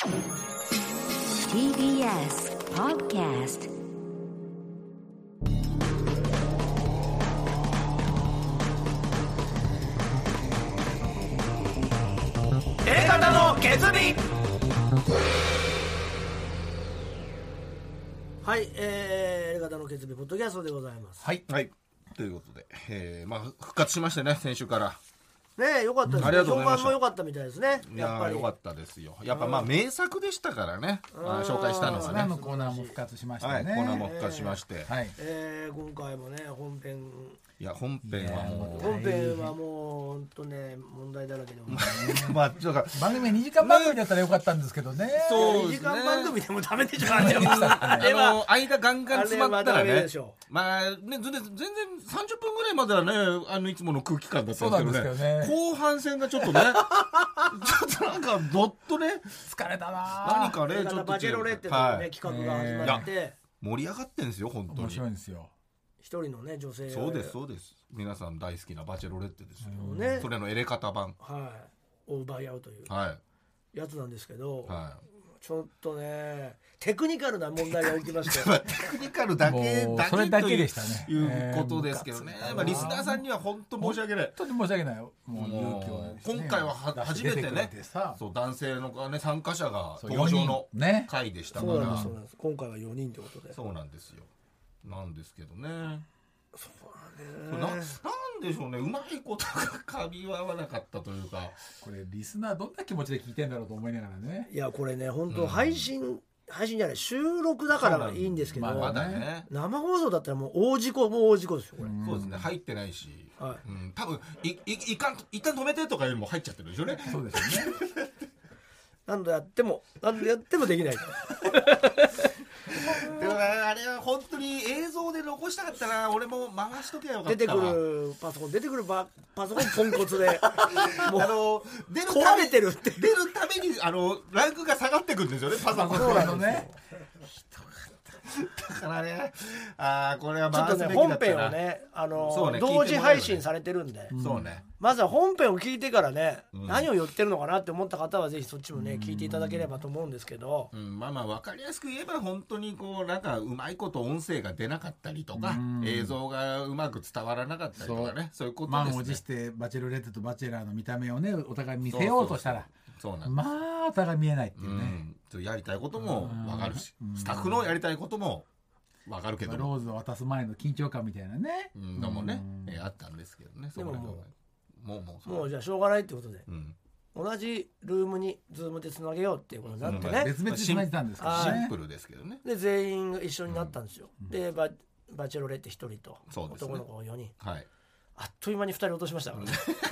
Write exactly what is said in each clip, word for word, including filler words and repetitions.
ティービーエス Podcast。 A型の決意。 はい、えー、A型の決意ポッドキャストでございます。 はい、はい、ということで、えーまあ、復活しましてね、先週からねえ、よかったですね。 ありがとうございました。 評判も良かったみたいですね。 いやー、良かったですよ。やっぱまあ名作でしたからね、あ紹介したのがね。 あのコーナーも復活しましたね。 はい、コーナーも復活しまして、 はい、 えー、今回もね、本編。 いや本編はもう本編はもう本当ね問題だらけでまあちょっと番組はにじかん番組だったらよかったんですけどね。 そうですね。にじかん番組でもダメでしょ。あれあの間ガンガン詰まったらね。まあね全然全然さんじゅっぷんぐらいまではねあのいつもの空気感だったんですけどね。後半戦がちょっとねちょっとなんかどっとね疲れたな。 何かねちょっとバチェロレッテというね企画が始まって盛り上がってんですよ本当に。 面白いんですよ。 一人のね女性。 そうですそうです。皆さん大好きなバチェロレッテですよ、ね、それのエレカタ版、 はい、を奪い合うというやつなんですけど、 はい、 ちょっとねテクニカルな問題が起きましてテクニカルだけだけそれだけでしたねいうことですけどね、まあ、リスナーさんには本当申し訳ない本当に申し訳ないよ。もう勇気を、ね、 今回はは初めてねそう男性の、ね、参加者が登場の回でしたから、 ね、そうなんです、そうなんです。今回はよにんということでそうなんですよ。なんですけどねそうねな, なんでしょうね、うまいことが噛み合わなかったというか、 これリスナーどんな気持ちで聞いてんだろうと思いながらね。 いやこれね本当配信、うん、配信じゃない収録だからいいんですけど、 まあまだね、 生放送だったらもう大事故もう大事故ですよこれ。 そうですね、入ってないし、 はいうん、多分いいいかん一旦止めてとかよりも入っちゃってるでしょうね。 そうですよね何度やっても何度やってもできないでもあれは本当に映像で残したかったら俺も回しとけばよかったわ。 出てくるパソコン出てくるパソコンポンコツでもうあの出る壊れてるって出るためにあのランクが下がってくるんですよねパソコンのね。だからね、あこれは回すべきだったな。 ちょっとね本編をねあのね同時配信されてるんで、 うん、そうね。 まずは本編を聞いてからね、うん、何を言ってるのかなって思った方はぜひそっちもね、うん、聞いていただければと思うんですけど、 うん、まあまあ分かりやすく言えば本当にこうなんかうまいこと音声が出なかったりとか、うん、映像がうまく伝わらなかったりとかね、そういうことですね。 満を持してバチェロレッテとバチェラーの見た目をねお互い見せようとしたらそうなんです。 まあお互い見えないっていうね、 うん、やりたいことも分かるし、スタッフのやりたいこともわかるけど、 ローズを渡す前の緊張感みたいなね、 うん、のもね、うんえー、あったんですけどね。 でももうもうもうもうじゃあしょうがないってことで、 うん、 同じルームにズームでつなげようっていうことになってね、 うん、別々につなげたんですけどね、 シンプルですけどね。 で全員が一緒になったんですよ、うん、で バ, バチェロレッテひとりと男の子よにん、 はい、 あっという間にふたり落としましたからね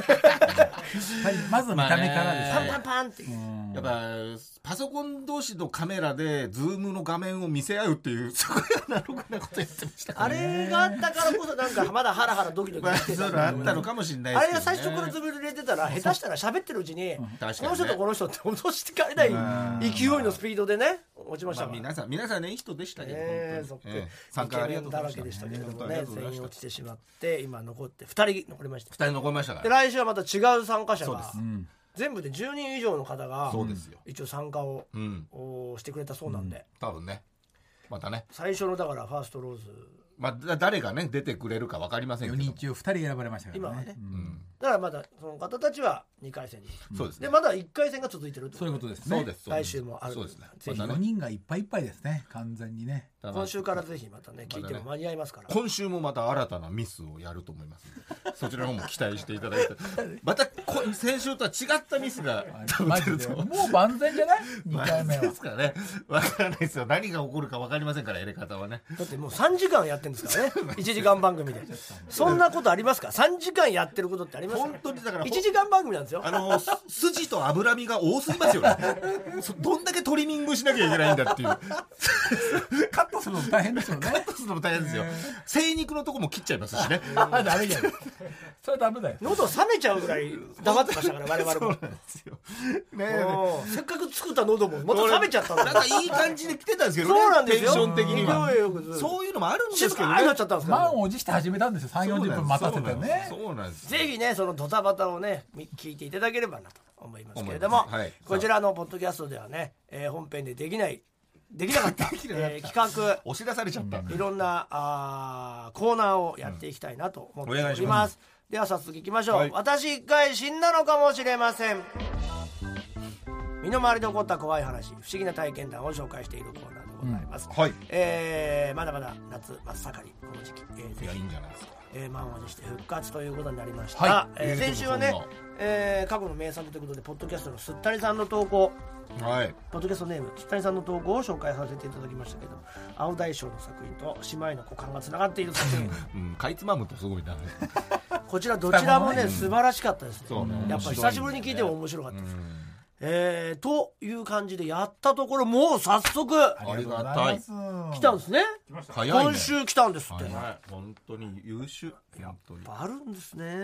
まず見た目からですね、 パンパンパンって、 やっぱパソコン同士のカメラでズームの画面を見せ合うっていうすごいアナログなことやってましたから、 ね、あれがあったからこそなんかまだハラハラドキドキしてた、 まあ、そうあったのかもしれないですけど、ね、 あれが最初からズームで入れてたら下手したら喋ってるうちに、うん、この人とこの人って落としてかれない勢いのスピードでね落ちましたから、 まあ、皆さん皆さんねいい人でしたけど、 えー、そっえー、参加ありがとうございました。 イケメンだらけでしたけどもね、全員落ちてしまって今残ってふたり残りました。 ふたり残りましたから、 で来週はまた違う参加者が全部でじゅうにん以上の方が一応参加を、うん、してくれたそうなんで、 うん、多分ねまたね最初のだからファーストローズ、 まあ、誰がね出てくれるか分かりませんけどよにん中ふたり選ばれましたからね、 今はね、 うん、 だからまだその方たちはにかい戦に、 うん、そうですね。 でまだいっかい戦が続いてるってそういうことですね。 そうです来週もある。 そうですね。 ぜひよにんがいっぱいいっぱいですね完全にね。 今週からぜひまたね聞いても間に合いますから、 今週もまた新たなミスをやると思いますのでそちらの方も期待していただいてまた先週とは違ったミスがマジでもう万全じゃないにかいめはですからね、分からないですよ。何が起こるか分かりませんからやり方はね。 だってもうさんじかんやってるんですからねいちじかん番組でそんなことありますか。さんじかんやってることってありますか。 本当にだからいちじかん番組なんですよ。 あの筋と脂身が多すぎますよねどんだけトリミングしなきゃいけないんだっていうカットするの大変ですよね。 カットするのも大変ですよ。精肉のとこも切っちゃいますしねダメだよそれはダメだよ。 喉冷めちゃうぐらい黙ってましたから我々もそうなんですよ、ね、 せっかく作った喉もまた冷めちゃったの。 なんかいい感じで来てたんですけどね。 そうなんですよ。 テンション的にはそういうのもあるんですけどね。 静かになっちゃったんですから満を持して始めたんですよ。さんじゅうよんじゅっぷん待たせてね。 そうなんです。 ぜひねそのドタバタをね聞いていただければなと思いますけれども、 はい、 こちらのポッドキャストではね、えー、本編でできないできなかったえー、企画押し出されちゃった、 いろんなあコーナーをやっていきたいなと思っております、うん、ますでは早速いきましょう、はい、私一回死んだのかもしれません。身の回りで起こった怖い話、不思議な体験談を紹介しているコーナーでございます、 うんはい、 えー、まだまだ夏真っ盛りこの時期、えー、ぜひいやいいんじゃないですか、 えー、満を持して復活ということになりました、 はいえー、先週はね、えー、過去の名作ということでポッドキャストのすったりさんの投稿、はい、ポッドキャストネームすったりさんの投稿を紹介させていただきましたけど、青大将の作品と姉妹の股間がつながっている作品、 うん、かいつまむとすごいなこちらどちらもね、うん、素晴らしかったですね、 そうね、 やっぱり久しぶりに聞いても面白かったです、うん、えー、という感じでやったところ、もう早速ありがたい来たんですね。 早いね、 今週来たんですって。 本当に優秀、 やっぱあるんですね、うん、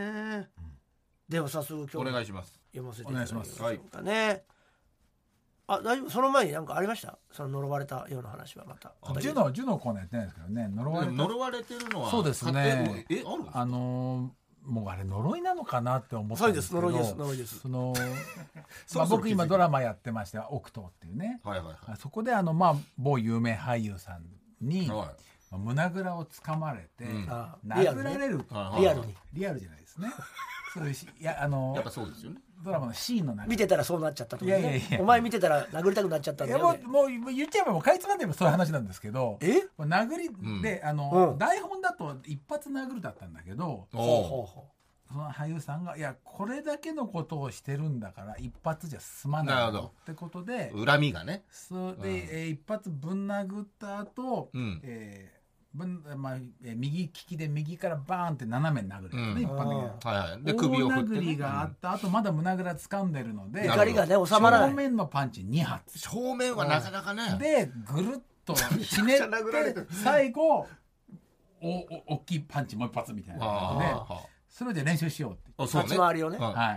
では早速今日お願いします。 読ませていただきましょうかね。あ、大丈夫。その前に何かありました？その呪われたような話はまた。 ジュノジュノコーナーやってないですけどね。呪われた呪われてるのはそうですね。 え、あるんですか？ あのー、もうあれ呪いなのかなって思ったんですけど。 そうです、呪いです、呪いです。 そのまあ僕今ドラマやってましてオクトっていうね。 はいはいはい。 そこであのまあ某有名俳優さんに、はい、胸ぐらをつかまれて、うん、殴られる、 リアルにリアルじゃないですね。そういうしいやあのやっぱそうですよね。 ドラマのシーンの中見てたらそうなっちゃったと、ね、 いやいやいやお前見てたら殴りたくなっちゃったんだよ、ね、 いやもうもう言っちゃえばもうかいつまんでもそういう話なんですけど、 え殴りで、うん、あの、うん、台本だと一発殴るだったんだけど、 ほうほうほうその俳優さんがいやこれだけのことをしてるんだから一発じゃ済まないってことで恨みがね、 それで、うんえー、一発ぶん殴った後、うんえー分まあ、えー、右利きで右からバーンって斜めに殴るんですね、うん、一般的には、 はいはい、で首を振って、ね、 大殴りがあった後、うん、まだ胸ぐら掴んでるので怒りがね収まらない正面のパンチに発正面はなかなかねでぐるっとひねって最後おお大きいパンチもう一発みたいな感じでそれで練習しようって立ち回りをね、 はい、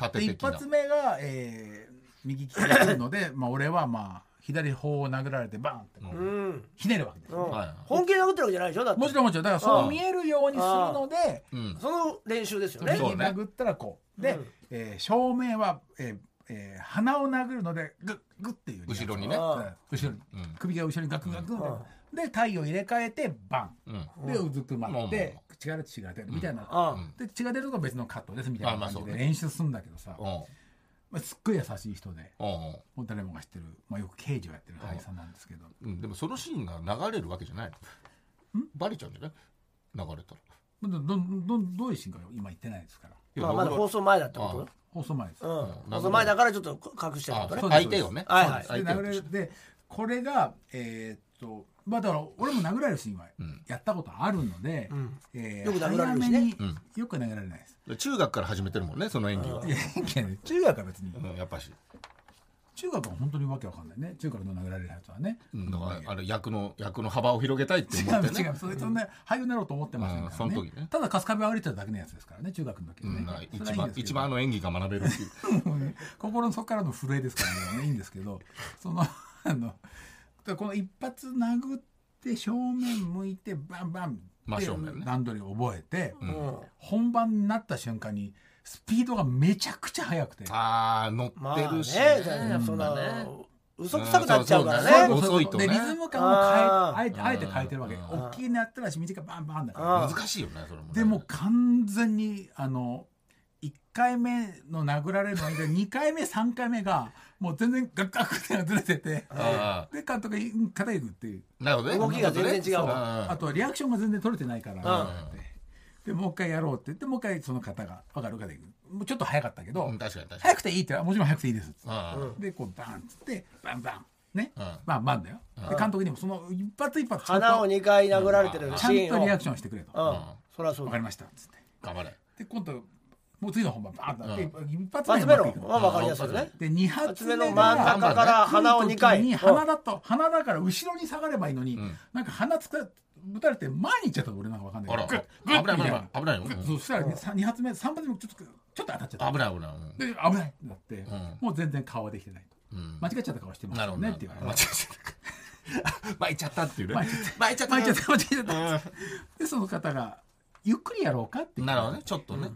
で一発目が、えー、右利きで来るのでまあ俺はまあ左方を殴られてバーンってこう、うん、ひねるわけです、ねうんはい、 本気で殴ってるわけじゃないでしょだってもちろんもちろんだからそう見えるようにするので、 うん、その練習ですよね右殴ったらこうで、うんえー、正面は、えーえー、鼻を殴るのでグッグッっていう後ろにね後ろに、うん、首が後ろにガクガク、うん、で体を入れ替えてバン、うん、でうずくまって血が血が出るみたいな、うん、で血が出ると別のカットですみたいな感じで練習するんだけどさ、うんまあ、すっごい優しい人でもう誰もが知ってる、まあ、よく刑事をやってる俳優さんなんですけど、 うん、でもそのシーンが流れるわけじゃないのバレちゃうんじゃない流れたらど, ど, ど, どういうシーンか今言ってないですから、 まあ、まだ放送前だってこと放送前です、 うん、放送前だからちょっと隠してることね相手をねはいはいで流れでこれがえー、っとまあだから俺も殴られるシーンはやったことあるので、うんえー、 よく殴られるしね、 うん、よく殴られないです。 中学から始めてるもんねその演技は。 いや演技はね中学は別に、 うん、やっぱし中学は本当にわけわかんないね中学の殴られるやつはね、 うん、だからあれ役の役の幅を広げたいって思ってね違う違うそれそんな俳優になろうと思ってませんからね、うん、その時ねただ春日部上げてただけのやつですからね中学の時はね、 うん、一番一番あの演技が学べるっていう心の底からの震えですからねいいんですけどそのあのこの一発殴って正面向いてバンバンって段取りを覚えて、うん、本番になった瞬間にスピードがめちゃくちゃ速くてああ乗ってるし、 ねまあね、そんなね嘘くさくなっちゃうからね、 うん、遅いとねでリズム感を変えあえてあえて変えてるわけ大きいのやったら短いバンバンだから難しいよねそれもねでも完全にあのいっかいめの殴られるのににかいめさんかいめがもう全然ガッガッってずれててで監督が肩いくっていうなるほど、ね、 動きが全然違うあとリアクションが全然取れてないからでもう一回やろうって言ってもう一回その方が分かるかでいくもうちょっと早かったけど、 うん、確かに確かに早くていいってもちろん早くていいですっでこうバンっつってバンバンねバンバンだよで監督にもその一発一発鼻をにかい殴られてるシーンをちゃんとリアクションしてくれとそりゃそう分かりましたっつって頑張れで今度もう次の本番バーンとなって、うん、一発目のは分かりやすいねで二発目の真ん中から鼻をにかい鼻だと鼻だから後ろに下がればいいのに、うん、なんか鼻つかぶたれて前に行っちゃった俺なんか分かんないけど危ない危ない危ないよ、 うん、そしたら、ね、二発目三発目ちょっとちょっと当たっちゃった危ない危ない、 うん、で危ないってなって、うん、もう全然顔はできてないと、うん、間違っちゃった顔してますよねって言われて間違っちゃった巻いちゃったっていうね巻いちゃった巻いちゃった巻いちゃったでその方がゆっくりやろうかってなるほどねちょっとね、 うん、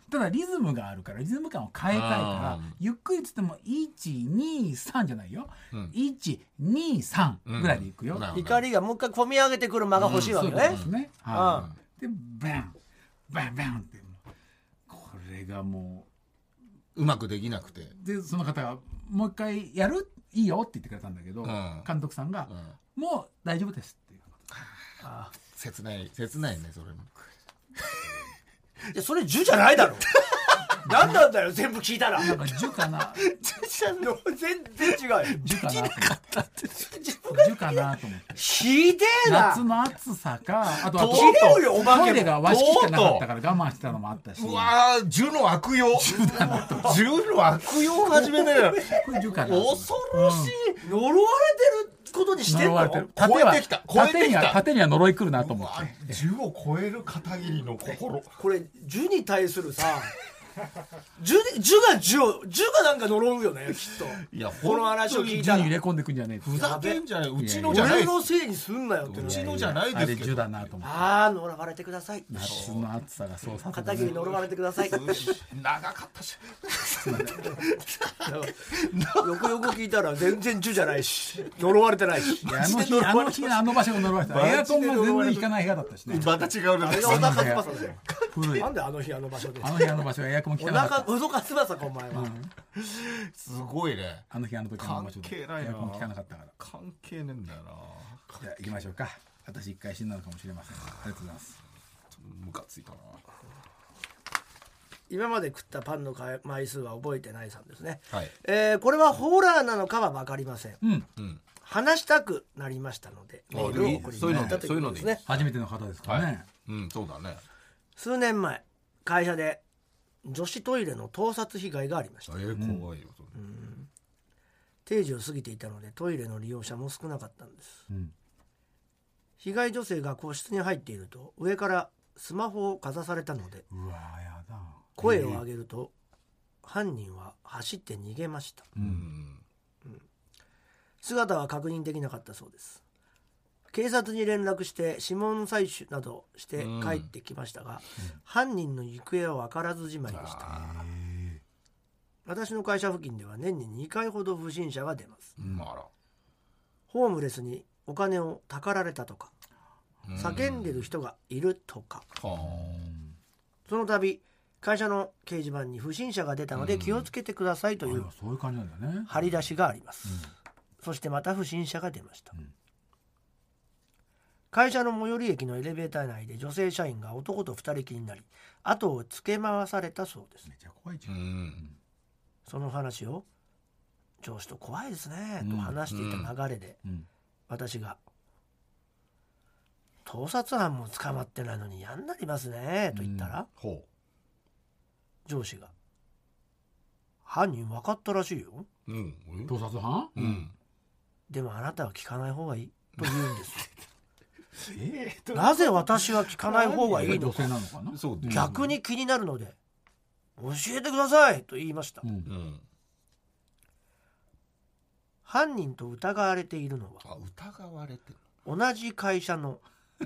ただリズムがあるからリズム感を変えたいからゆっくりつってもいちにさんじゃないよ、うん、いちにさんぐらいでいくよ、うん、 怒りがもう一回込み上げてくる間が欲しいわけね、うん、そうですね、 はい、でバンバンバンってこれがもううまくできなくてでその方がもう一回やるいいよって言ってくれたんだけど、うん、監督さんが、うん、もう大丈夫ですっていうああ切ない切ないねそれもいやそれジュじゃないだろ何なんだよ全部聞いたらなんかジュかな全然違うよジュかなってジュかなと思ってひでえな夏の暑さかあとはトイレが和式しかなかったから我慢してたのもあったしうわージュの悪用ジュの悪用を始めてるこれジュかな恐ろしい、うん、呪われてることにしてんの縦は縦には縦には呪い来るなと思ってじゅうを超える片桐の心これじゅうに対するさじゅう、じゅうがじゅうをじゅうがなんか呪うよねきっといやこの話を聞いたらじゅうに入れ込んでくんじゃねえふざけんじゃない、うちのじゃない、 俺のせいにすんなよって、 うちのじゃないですけど、 あれじゅうだなと思って、 ああ呪われてください、 夏の暑さがそうさせて、 片桐呪われてください長かったしよくよく聞いたら全然じゅうじゃないし呪われてないし、 あの日あの日あの場所が呪われてた、エアコンが全然引かない部屋だったしね、 また違うね、 あれが小田和正だよ古い、なんであの日あの場所で、 あの日あの場所はエアコン効かなかった、 小田和正かお前は、 うん、すごいね、 あの日あの時あの場所でエアコン効かなかったから、 関係ねえんだよな。 じゃあ行きましょうか、私一回死んだのかもしれません、ありがとうございます。 ムカついたな。 今まで食ったパンの枚数は覚えてないさんですね、 はい、 えー、これはホラーなのかは分かりません、 うんうん、 話したくなりましたのでメールを送りましたということですね。 初めての方ですからね、はい、 うん、そうだね。 数年前会社で女子トイレの盗撮被害がありました。 えー、怖いよ、 うん、定時を過ぎていたのでトイレの利用者も少なかったんです、うん、被害女性が個室に入っていると上からスマホをかざされたので、 うわやだ、 声を上げると、えー、犯人は走って逃げました、 うんうん、姿は確認できなかったそうです。警察に連絡して指紋採取などして帰ってきましたが、うん、犯人の行方は分からずじまいでした。私の会社付近では年ににかいほど不審者が出ます、 うん、あら、 ホームレスにお金をたかられたとか、叫んでる人がいるとか、うん、その度会社の掲示板に不審者が出たので気をつけてくださいという張り出しがあります、うん、そしてまた不審者が出ました、うん、会社の最寄り駅のエレベーター内で女性社員が男と二人きりになり後をつけ回されたそうです。 めっちゃ怖いじゃん、 うん、 その話を上司と怖いですねと話していた流れで、うんうん、私が盗撮犯も捕まってないのにやんなりますねと言ったら、 うん、 上司が犯人分かったらしいよ、 うん、 盗撮犯、 うん、でもあなたは聞かない方がいいと言うんですえー、なぜ私は聞かない方がいいのか、 女性なのかな、 そう逆に気になるので教えてくださいと言いました、うんうん、犯人と疑われているのは、 あ、疑われてる、 同じ会社のうん、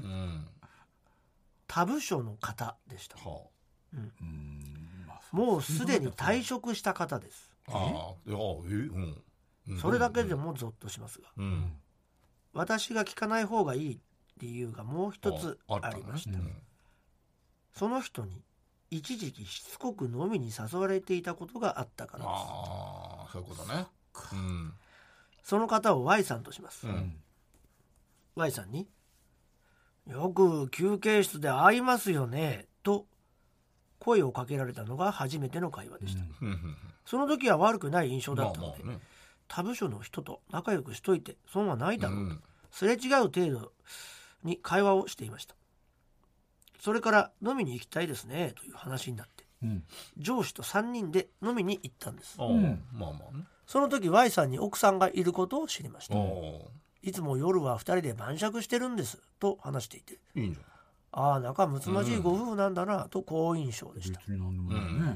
他部署の方でした、はあ、うん、 うーん、まあ、 もうすでに退職した方です。 ああ、いや、え、うんうん、 それだけでもゾッとしますが、 うん、 私が聞かない方がいい理由がもう一つありました、ね、うん、その人に一時期しつこく飲みに誘われていたことがあったからです。 ああ、そういうことね、うん、 その方を Y さんとします、うん、Y さんによく休憩室で会いますよねと声をかけられたのが初めての会話でした、うん、その時は悪くない印象だったので、まあまあね、他部署の人と仲良くしといて損はないだろうと、うん、すれ違う程度に会話をしていました。それから飲みに行きたいですねという話になって、うん、上司とさんにんで飲みに行ったんです、 うん、まあまあね、 その時 Y さんに奥さんがいることを知りました。いつも夜はふたりで晩酌してるんですと話していて、 いいんじゃない、 ああ仲睦まじいご夫婦なんだなと好印象でした、 うん、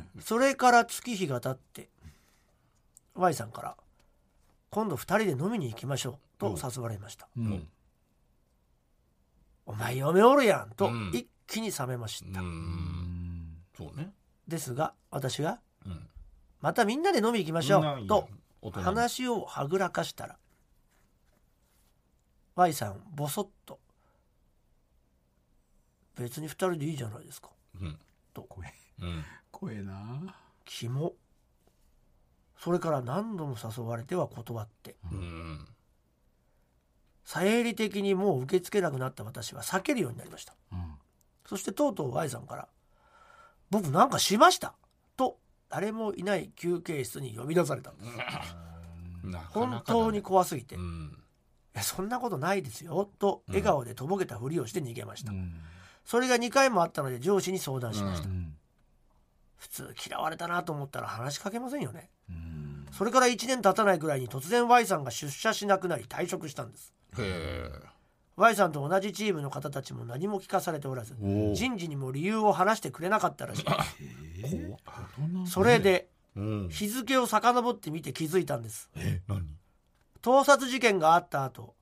それから月日が経って Y さんから今度ふたりで飲みに行きましょうと誘われました、うんうん、お前嫁おるやんと一気に冷めました、うんうん、そうね、 ですが私が、 うん、 またみんなで飲み行きましょうと話をはぐらかしたら Y さんボソッと別にふたりでいいじゃないですか、うん、と怖え、うん、怖えな。 キモ。それから何度も誘われては断って、うん、生理的にもう受け付けなくなった私は避けるようになりました、うん、そしてとうとう Y さんから僕なんかしましたと誰もいない休憩室に呼び出されたんです、うん、本当に怖すぎて、うん、いやそんなことないですよと笑顔でとぼけたふりをして逃げました、うん、それがにかいもあったので上司に相談しました、うん、普通嫌われたなと思ったら話しかけませんよね、うん、それからいちねん経たないくらいに突然 Y さんが出社しなくなり退職したんです。へー。 Y さんと同じチームの方たちも何も聞かされておらず人事にも理由を話してくれなかったらしいです。それで日付を遡ってみて気づいたんです。え何？盗撮事件があった後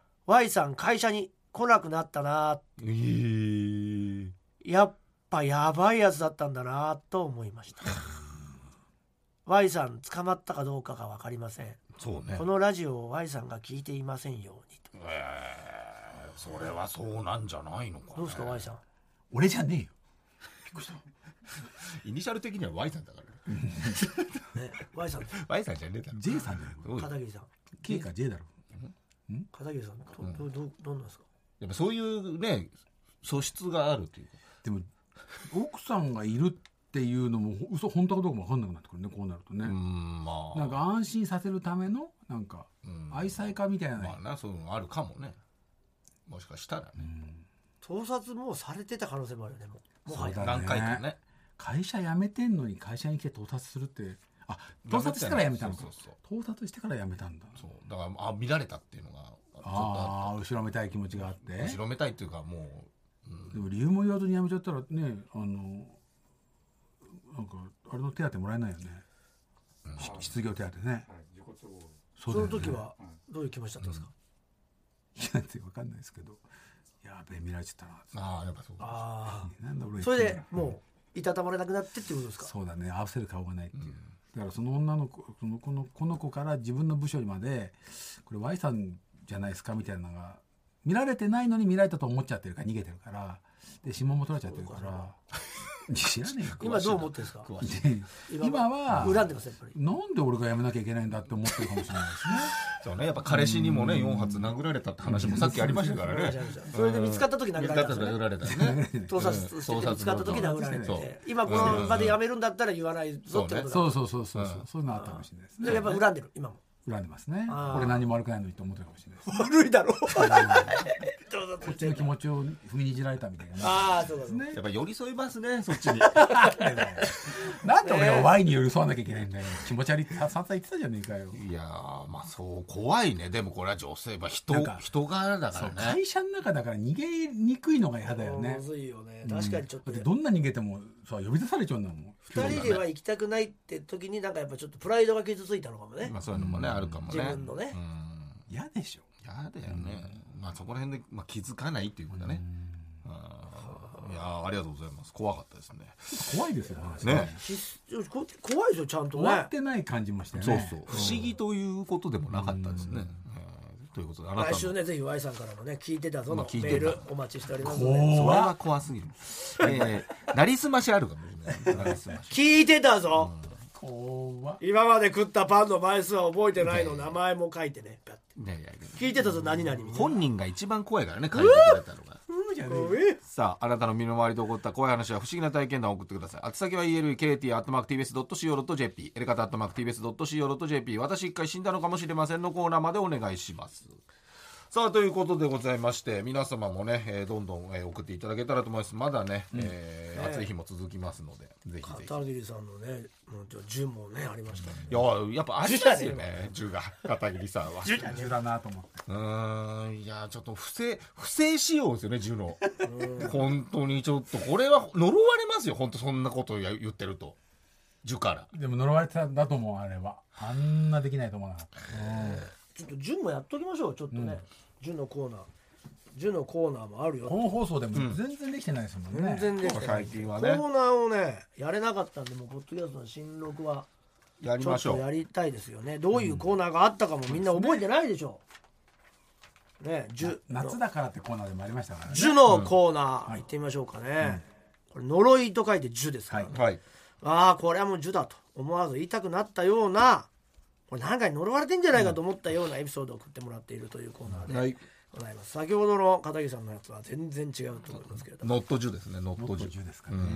Y さん会社に来なくなったな、えー、やっぱやばいやつだったんだなと思いました。Y さん捕まったかどうかが分かりません。そうね、このラジオを Y さんが聞いていませんようにと。 えー、それはそうなんじゃないのか、ね、 どうですか Y さん。 俺じゃねえよ。 びっくりした。イニシャル的には Y さんだからね。 ね Y さん Y さんじゃねえだろ。 J さんじゃねえか。 片桐さん K か J だろ。 ん片桐さん ど, ど, ど, どんなんですか。 やっぱそういうね素質があるっていうか。 でも奥さんがいるっていうのも嘘本当かどうかも分かんなくなってくるね。こうなるとね。うん、まあ、なんか安心させるためのなんか愛妻家みたいな、ね、 まあなそういうのあるかもね。もしかしたらね。 盗撮もされてた可能性もあるよね。もうもはや何回かね。 会社辞めてんのに会社に来て盗撮するってあ盗撮してから辞めたのか。そうそうそう盗撮してから辞めたんだ。 そうだからあ見られたっていうのがちょっとああ後ろめたい気持ちがあって後ろめたいっていうかもう、 うん、でも理由も言わずに辞めちゃったらねあのなんかあれの手当もらえないよね、うん、失業手当ね、はい、 その時はどういう気持ちだったんですか。 いやって分かんないですけどやべえ見られちゃったな。 ああやっぱそうあなんだ俺それでもういたたまれなくなってっていうことですか。 そうだね合わせる顔がないっていう、うん、だからその女の子このこのこの子から自分の部署にまでこれ Y さんじゃないですかみたいなのが見られてないのに見られたと思っちゃってるから逃げてるからで指紋も取られちゃってるから知らねえよ。 今どう思ってるんですか。 今は恨んでますやっぱり。 なんで俺が辞めなきゃいけないんだって思ってるかもしれないですね。 そうねやっぱ彼氏にもねよん発殴られたって話もさっきありましたからね。 それで見つかった時殴られたんですよね。 殴られたね。 盗撮して見つかった時殴られて今この場で辞めるんだったら言わないぞってことだ。 そうそうそうそうそういうのあったかもしれないですね。 でやっぱ恨んでる今も。 恨んでますね。俺何も悪くないのにと思ってるかもしれないです。 悪いだろ。 こっちの気持ちを踏みにじられたみたいな、ね。 ああそうですね。やっぱ寄り添いますねそっちに。 なんで俺は Y に寄り添わなきゃいけないんだよ。気持ち悪いってさんざん言ってたじゃねえかよ。 いやまあそう怖いね。でもこれは女性は人人柄だからね。 会社の中だから逃げにくいのが嫌だよね。 むずいよね。確かにちょっと、ね。 どんな逃げてもそう呼び出されちゃうんだもん。 二人では行きたくないって時になんかやっぱちょっとプライドが傷ついたのかもね。 まあそういうのもね、うん、あるかもね。 自分のね。 嫌でしょ。 嫌だよね。うん、まあそこら辺で、まあ、気づかないっていうことだね。うん、あいやありがとうございます。怖かったですね。 怖いですよね。ね怖いですよちゃんとね。 終わってない感じもしてね。 そうそう。不思議ということでもなかったですね。ということであなた来週ねぜひ Y さんからのね聞いてたぞのメールお待ちしておりますので。それは怖すぎる。えー、なりすましあるかもしれない。 聞いてたぞ。 うん怖今まで食ったパンの枚数は覚えてないの名前も書いてね聞いてたぞ何々みたいな。 本人が一番怖いからね書いてくれたのがさああなたの身の回りで起こった怖い話は不思議な体験談を送ってください。宛先は イーエルケーティーアットマークティービーエスドットシーオードットジェーピー エレカタアットマークティービーエスドットシーオードットジェーピー 私一回死んだのかもしれませんのコーナーまでお願いします。さあということでございまして皆様もね、えー、どんどん、えー、送っていただけたらと思います。まだね、うんえーね、暑い日も続きますのでぜひぜひ。 片桐さんのねもう銃もねありましたね。 いややっぱありますよね銃が片桐さんは銃だなと思ってうーんいやちょっと不正不正使用ですよね銃の本当にちょっとこれは呪われますよ本当そんなことを言ってると銃からでも呪われてたんだと思う。あれはあんなできないと思わなかった。 ちょっと順もやっときましょうちょっとね、うん、順のコーナージュのコーナーもあるよ。 本放送でも全然できてないですもんね、 うん、全然できてない。 最近はねコーナーをねやれなかったんで、もうポッドキャストの新録はやりましょう。 ちょっとやりたいですよね。どういうコーナーがあったかもみんな覚えてないでしょうね。ジュ夏だからってコーナーでもありましたからね。 ジュのコーナー、うん、行ってみましょうかね、うん、これ呪いと書いてジュですから、ね、 はい、 ああこれはもうジュだと思わず言いたくなったような、これ何かに呪われてんじゃないかと思ったようなエピソードを送ってもらっているというコーナーで、はい、ございます。先ほどの片桐さんのやつは全然違うと思いますけれども、 ノットジュですね。ノットジュ、 ノットジュですかね、うんうん、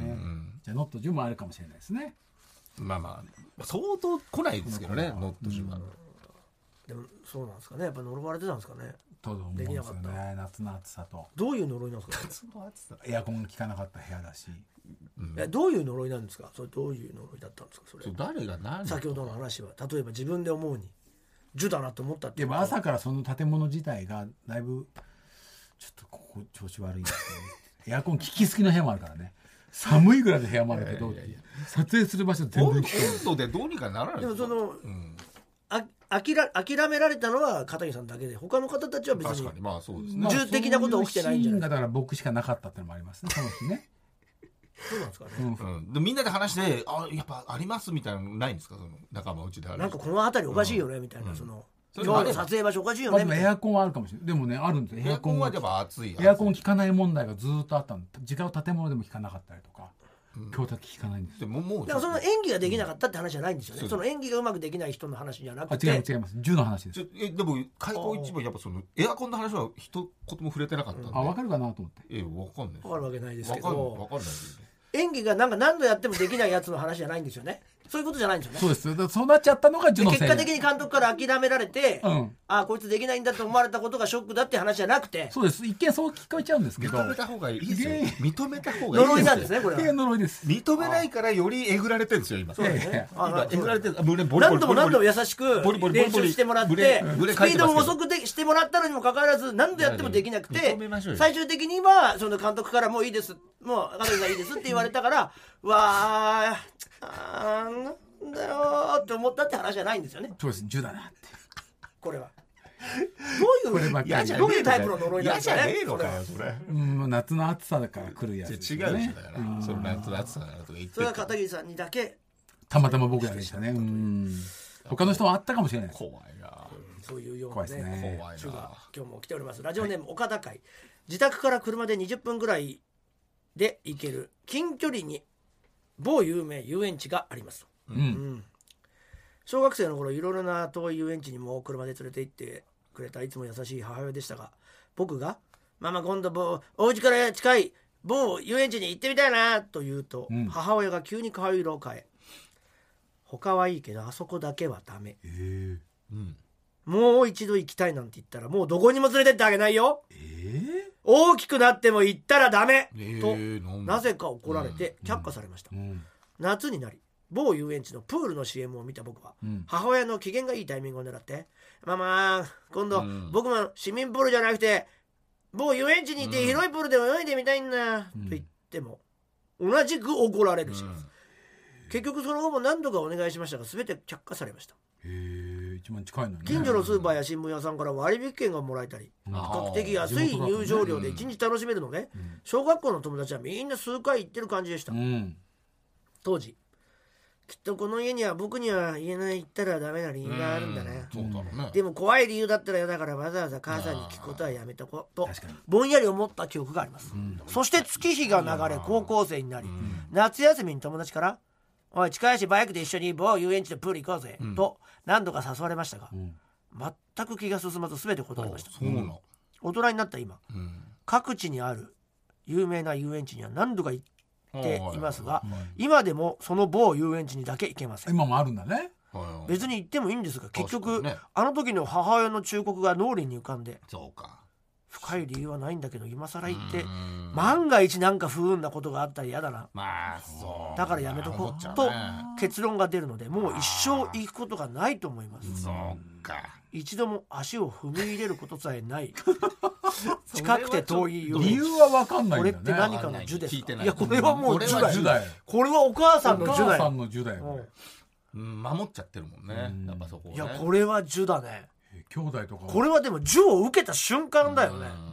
じゃあノットジュもあるかもしれないですね。 まあまあ相当来ないですけどね、ノットジュは、うん、 でもそうなんですかね、やっぱ呪われてたんですかね。 と思うんですよね。夏の暑さと。 どういう呪いなんですか。 夏の暑さ。エアコンが効かなかった部屋だし。 うん、どういう呪いなんですか。それどういう呪いだったんですか。それ。 誰が何。 先ほどの話は例えば自分で思うにジュだなと思ったって。 でも朝からその建物自体がだいぶちょっとここ調子悪いんですけど、エアコン効きすぎの部屋もあるからね。寒いぐらいの部屋もあるけど、いやいや撮影する場所全然温度でどうにかならない。 でもその、うん、あ諦諦められたのは片桐さんだけで、他の方たちは別に確かにまあそうですね。 重的なこと起きてないんじゃない。 だから僕しかなかったってのもありますね、その日ね。 そうなんですかね。 うんうん、でみんなで話してあやっぱありますみたいなのないんですか、その仲間内で話。 なんかこの辺りおかしいよね、うん、みたいな、その。今日の撮影場所おかしいよね。 まあ、エアコンはあるかもしれない。でもねあるんですよ。 エアコンはやっぱ暑い。 エアコン効かない問題がずっとあったの。違う建物でも効かなかったりとか。今日だけ効かないんです。 でももうでもその演技ができなかったって話じゃないんですよね。うん、その演技がうまくできない人の話じゃなくて。 あ違います違います。じゅうの話です。 えでも開口一番やっぱそのエアコンの話は一言も触れてなかったんで。 あ分かるかなと思って。 え分かんない。 分かるわけないですけど。 分かんないですね。 演技がなんか何度やってもできないやつの話じゃないんですよね。そういうことじゃないんですよね。 そうです。だからそうなっちゃったのがジュのせい。 結果的に監督から諦められて、うん、あこいつできないんだと思われたことがショックだって話じゃなくて。 そうです。一見そう聞こえちゃうんですけど。 認めた方がいいですよ。認めた方がいいですよ。 呪いなんですねこれは。 呪いです。 認めないからよりえぐられてるんですよ今。 そうですね。 今えぐられてる。 何度も何度も優しく練習してもらって、スピードも遅くでしてもらったのにもかかわらず何度やってもできなくて、最終的にはその監督からもういいです、もう片桐さんいいですって言われたから、わーあーなんだよーって思ったって話じゃないんですよね。 そうです。ジュだなって。 これはどういうどういうタイプの呪いなんですかね。 嫌じゃねえのかよそれ。 うん、夏の暑さだから来るやつですよね。 違うでしょだから。その夏の暑さだからとか言って。 それは片桐さんにだけたまたま僕だけでしたね。うん。他の人はあったかもしれない。 怖いな。 そういうような怖いですね。 怖いな。 今日も来ております。ラジオネーム岡田会。自宅から車でにじゅっぷんぐらいで行ける近距離に某有名遊園地があります。 うん。うん、 小学生の頃いろいろな遠い遊園地にも車で連れて行ってくれたいつも優しい母親でしたが、僕がママ今度某お家から近い某遊園地に行ってみたいなと言うと、うん、母親が急に顔色を変え、他はいいけどあそこだけはダメ、 えーうん、もう一度行きたいなんて言ったらもうどこにも連れてってあげないよ、 えー、 大きくなっても行ったらダメ、 えー、 となぜか怒られて却下されました、 うんうん、 夏になり某遊園地のプールの シーエム を見た僕は、うん、母親の機嫌がいいタイミングを狙ってママ今度、うん、僕も市民プールじゃなくて某遊園地に行って広いプールで泳いでみたいんだ、うん、と言っても同じく怒られるします、うん、結局その後も何度かお願いしましたが全て却下されました。 へー、一番近いのに、ね、 近所のスーパーや新聞屋さんから割引券がもらえたり、うん、比較的安い入場料で一日楽しめるので、うん、小学校の友達はみんな数回行ってる感じでした、うん、当時きっとこの家には僕には言えない言ったらダメな理由があるんだね。 そうだろうね。 でも怖い理由だったら嫌だからわざわざ母さんに聞くことはやめとこうとぼんやり思った記憶があります。そして月日が流れ高校生になり、夏休みに友達からおい近いしバイクで一緒に某遊園地でプール行こうぜ、うん、と何度か誘われましたが、うん、全く気が進まず全て断りました。 そうなの。 大人になった今、うん、各地にある有名な遊園地には何度か行ってっていますが、今でもその某遊園地にだけ行けません。 今もあるんだね。 別に行ってもいいんですが結局、ね、あの時の母親の忠告が脳裏に浮かんで、 そうか深い理由はないんだけど今更言って万が一なんか不運なことがあったら嫌だな、 まあ、そうだからやめとこうと結論が出るのでもう一生行くことがないと思います。 そうか一度も足を踏み入れることさえない近くて遠い理由は分かんないんだね。 これって何かの呪ですか。 いやこれはもう呪だよ。 これはお母さんの呪だよ。 お母さんの呪だよ。 うん、守っちゃってるもんね。やっぱそこ、ね。 いやこれは呪だね。 兄弟とか。 これはでも呪を受けた瞬間だよね。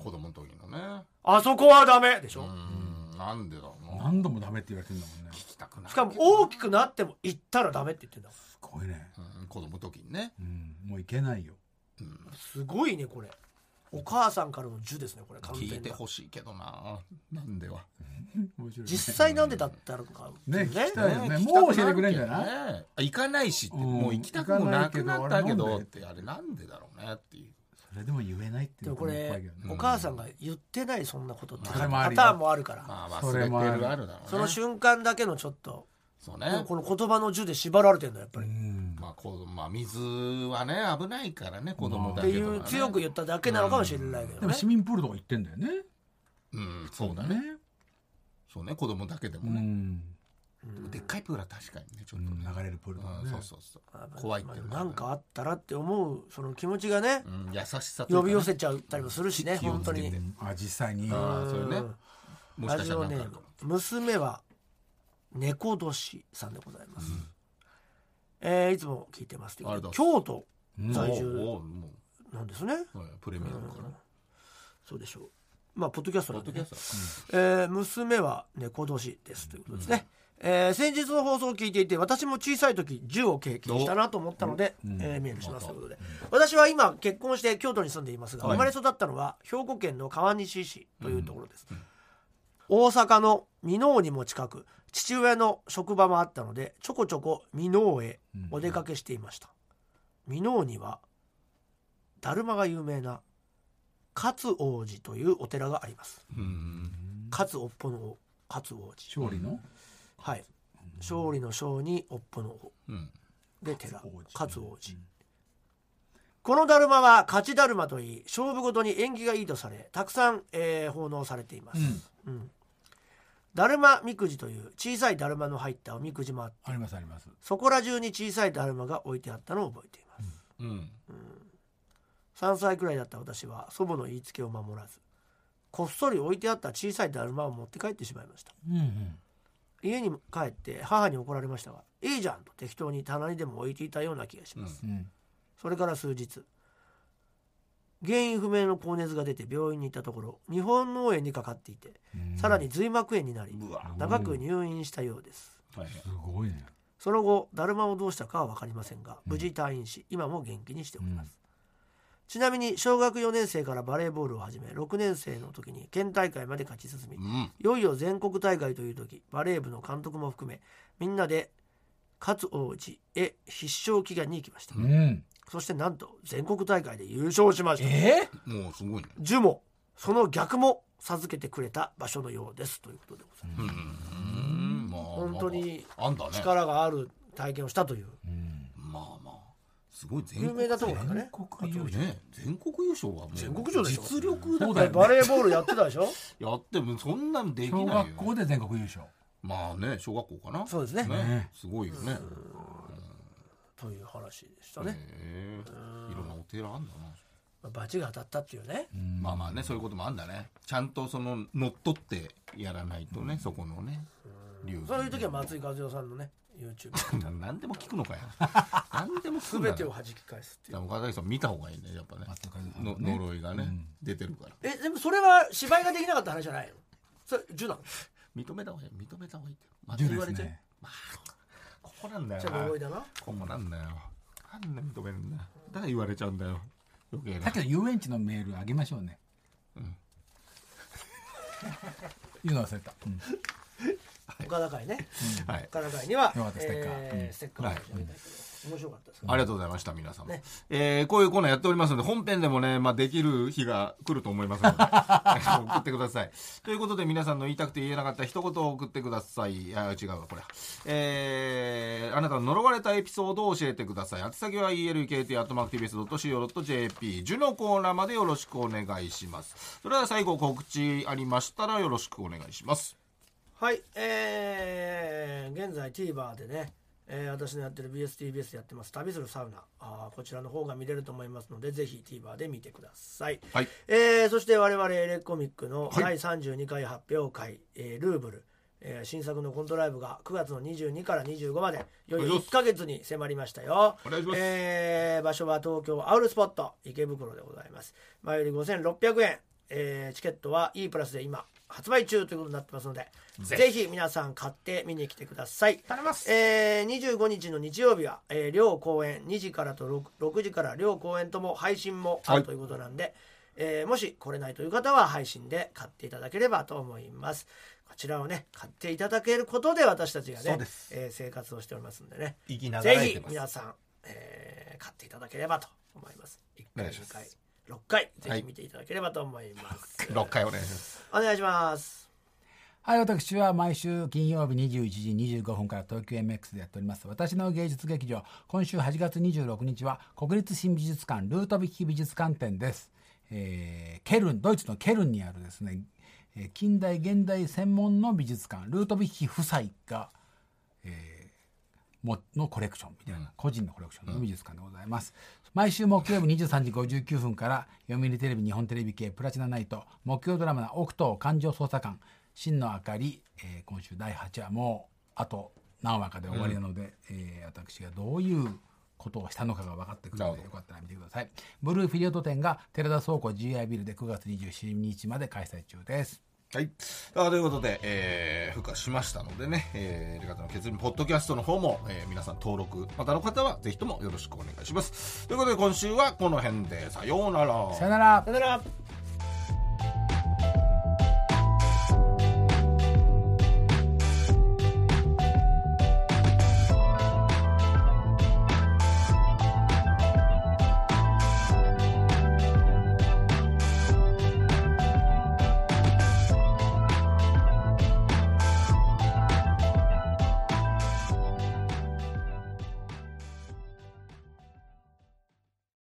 子供の時のね。 あそこはダメでしょ。 うん、なんでだろうな。 何度もダメって言われてるんだもんね。 聞きたくない。 しかも大きくなっても行ったらダメって言ってんだもん。 すごいね、 うん、子供の時にね、 うん、もういけないよ、 うん、すごいねこれ。お母さんからの呪ですねこれ。完全に聞いてほしいけどな。なんでは面白いね、 実際なんでだったのかね、 ね、 聞きたいよね。もう教えてくれんじゃない、 ね、行かないしって、うん、もう行きたくもなくなったけどってあれなんでだろうねっていう。 それでも言えないっていうのこれ、ね、お母さんが言ってないそんなことってパターンもあるから、 まあまあそれもあるだろうね。 その瞬間だけのちょっとそうね、 この言葉の呪で縛られてるんだやっぱり。 まあこまあ、水はね危ないからね子供だけど、ね、 っていう強く言っただけなのかもしれないけどね。 でも市民プールとか行ってんだよね。 うんそうだね。そうね子供だけでもね。うんでもでっかいプールは確かにねちょっと、ね、 流れるプールとかね。 そうそうそう怖いっていうのが、ね、なんかあったらって思うその気持ちがね、 うん、優しさと呼び寄せちゃったりもするしね本当に。 あ実際に。 あそういうね。もしかしたらなんかあるかも。 娘は猫年さんでございます、うんえー、いつも聞いてます京都在住なんですね、 うん、プレミアムかな、うん、 そうでしょう。まあポッドキャストなんでね、うんえー、娘は猫年ですということですね、うんえー、先日の放送を聞いていて私も小さい時銃を経験したなと思ったので、うんえー、メールしますということで、うん、私は今結婚して京都に住んでいますが、はい、生まれ育ったのは兵庫県の川西市というところです、うんうん、大阪の箕面にも近く父親の職場もあったのでちょこちょこ箕面へお出かけしていました。箕面にはだるまが有名な勝王寺というお寺があります。勝おっぽの勝王寺勝利のはい勝利の勝におっぽのお、うん、で寺勝王寺、うん、このだるまは勝ちだるまといい勝負ごとに縁起がいいとされたくさん、えー、奉納されています、うんうんだるまみくじという小さいだるまの入ったおみくじもあってありますあります。 そこら中に小さいだるまが置いてあったのを覚えています、うんうん、さんさいくらいだった私は祖母の言いつけを守らずこっそり置いてあった小さいだるまを持って帰ってしまいました、うんうん、家に帰って母に怒られましたがいいじゃんと適当に棚にでも置いていたような気がします、うん、それから数日原因不明の高熱が出て病院に行ったところ日本脳炎にかかっていてさらに髄膜炎になり長く入院したようです。 すごいね。 その後だるまをどうしたかは分かりませんが無事退院し今も元気にしております、うん、ちなみに小学よねん生からバレーボールを始めろくねん生の時に県大会まで勝ち進み、うん、いよいよ全国大会という時バレー部の監督も含めみんなで勝王寺へ必勝祈願に行きました、うんそしてなんと全国大会で優勝しました。 えー、もうすごいね。 呪もその逆も授けてくれた場所のようですということでございます。うんまあ、本当に力がある体験をしたという。うん、 まあまあすごい全国有名だと思うんだね。 全国優勝ね。全国優勝はもう全国優勝でしょ。 実力だから、ね、バレーボールやってたでしょ。 やってもそんなのできないよ。 小学校で全国優勝。 まあね小学校かな。 そうですね。 ねすごいよね。 という話でしたね。 へいろんなお寺あんだな。 バチが当たったっていうね。 うんまあまあねそういうこともあんだね。ちゃんとその乗っ取ってやらないとね、うん、そこのね。 うんそういう時は松井和代さんのね YouTube 何でも聞くのかよ。何でも聞くんだ。全てを弾き返すっていう。 岡崎さん見た方がいいねやっぱね。の呪いがね、うん、出てるから。 えでもそれは芝居ができなかった話じゃないの。それ呪なの。 認めた方がいい認めた方がいいって。また言われちゃう。まあここなんだよな。 呪いだな。 ここなんだよ。なんで認めるんだよ。だから言われちゃうんだよ。余計な。 さっきの遊園地のメールあげましょうね。うん。言うの忘れた。うん。 岡田会ね。 うん、はい。 岡田会にはステッカー、 えー、ステッカーを差し上げたいけど。面白かったです、 ありがとうございました皆様、ねえー、こういうコーナーやっておりますので本編でもね、まあ、できる日が来ると思いますので送ってくださいということで皆さんの言いたくて言えなかった一言を送ってください。あ違うわこれ、えー、あなたの呪われたエピソードを教えてください。宛先は イーエルケーティー アットマーク ティービーエス ドット シーオー ドット ジェーピー ジュのコーナーまでよろしくお願いします。それでは最後告知ありましたらよろしくお願いします。 はい、えー、現在 TVer でねえー、私のやってる ビーエスティービーエス でやってます旅するサウナあこちらの方が見れると思いますのでぜひ TVer で見てください、はいえー、そして我々エレコミックのだいさんじゅうにかい発表会、はいえー、ルーブル、えー、新作のコントライブがくがつのにじゅうにからにじゅうごまでいよいよいっかげつに迫りましたよ。 お願いします、 えー、場所は東京アウルスポット池袋でございます。前よりごせんろっぴゃくえんえー、チケットは E プラスで今発売中ということになってますので、ぜ, ぜひ皆さん買って見に来てください。 頼みます。 えー、にじゅうごにちの日曜日は、えー、両公演にじからと 6, ろくじから両公演とも配信もあるということなんで、はい、えー、もし来れないという方は配信で買っていただければと思います。こちらをね買っていただけることで私たちがね、えー、生活をしておりますんでね、ぜひ皆さん、えー、買っていただければと思います。いっかいにかいろっかいぜひ見ていただければと思います、 はい、ろっかいお願いします。 お願いします。 はい、私は毎週金曜日にじゅういちじにじゅうごふんから東京 エムエックス でやっております私の芸術劇場、今週はちがつにじゅうろくにちは国立新美術館ルートヴィヒ美術館展です。えー、ケルン、ドイツのケルンにあるですね、近代現代専門の美術館ルートヴィヒ夫妻が、えー、ものコレクションみたいな、うん、個人のコレクションの美術館でございます、うん、毎週木曜日にじゅうさんじごじゅうきゅうふんから読売テレビ日本テレビ系プラチナナイト木曜ドラマのオクトー感情捜査官真の明かり、えー、今週だいはちわもうあと何話かで終わりなので、うんえー、私がどういうことをしたのかが分かってくるのでよかったら見てください。ブルーフィリオド展が寺田倉庫 ジーアイ ビルでくがつにじゅうしちにちまで開催中です。 はい、あということで、えー、付加しましたのでね、えー、エレガタの決意ポッドキャストの方も、えー、皆さん登録またの方はぜひともよろしくお願いします。ということで今週はこの辺でさようなら。 さようなら。 さようなら。